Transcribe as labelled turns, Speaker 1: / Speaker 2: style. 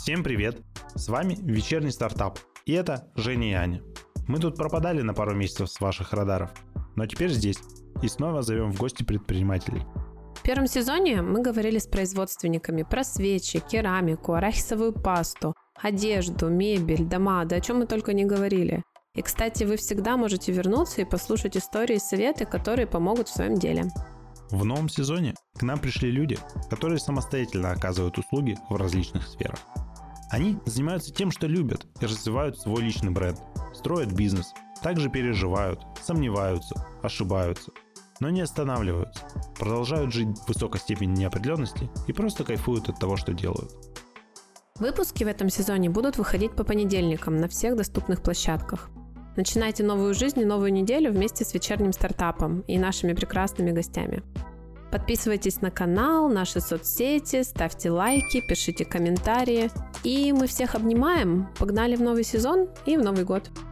Speaker 1: Всем привет! С вами «Вечерний стартап», и это Женя и Аня. Мы тут пропадали на пару месяцев с ваших радаров, но теперь здесь, и снова зовем в гости предпринимателей.
Speaker 2: В первом сезоне мы говорили с производственниками про свечи, керамику, арахисовую пасту, одежду, мебель, дома, да о чем мы только не говорили. И, кстати, вы всегда можете вернуться и послушать истории и советы, которые помогут в своем деле.
Speaker 1: В новом сезоне к нам пришли люди, которые самостоятельно оказывают услуги в различных сферах. Они занимаются тем, что любят, и развивают свой личный бренд, строят бизнес, также переживают, сомневаются, ошибаются, но не останавливаются, продолжают жить в высокой степени неопределенности и просто кайфуют от того, что делают.
Speaker 2: Выпуски в этом сезоне будут выходить по понедельникам на всех доступных площадках. Начинайте новую жизнь и новую неделю вместе с вечерним стартапом и нашими прекрасными гостями. Подписывайтесь на канал, наши соцсети, ставьте лайки, пишите комментарии. И мы всех обнимаем. Погнали в новый сезон и в Новый год.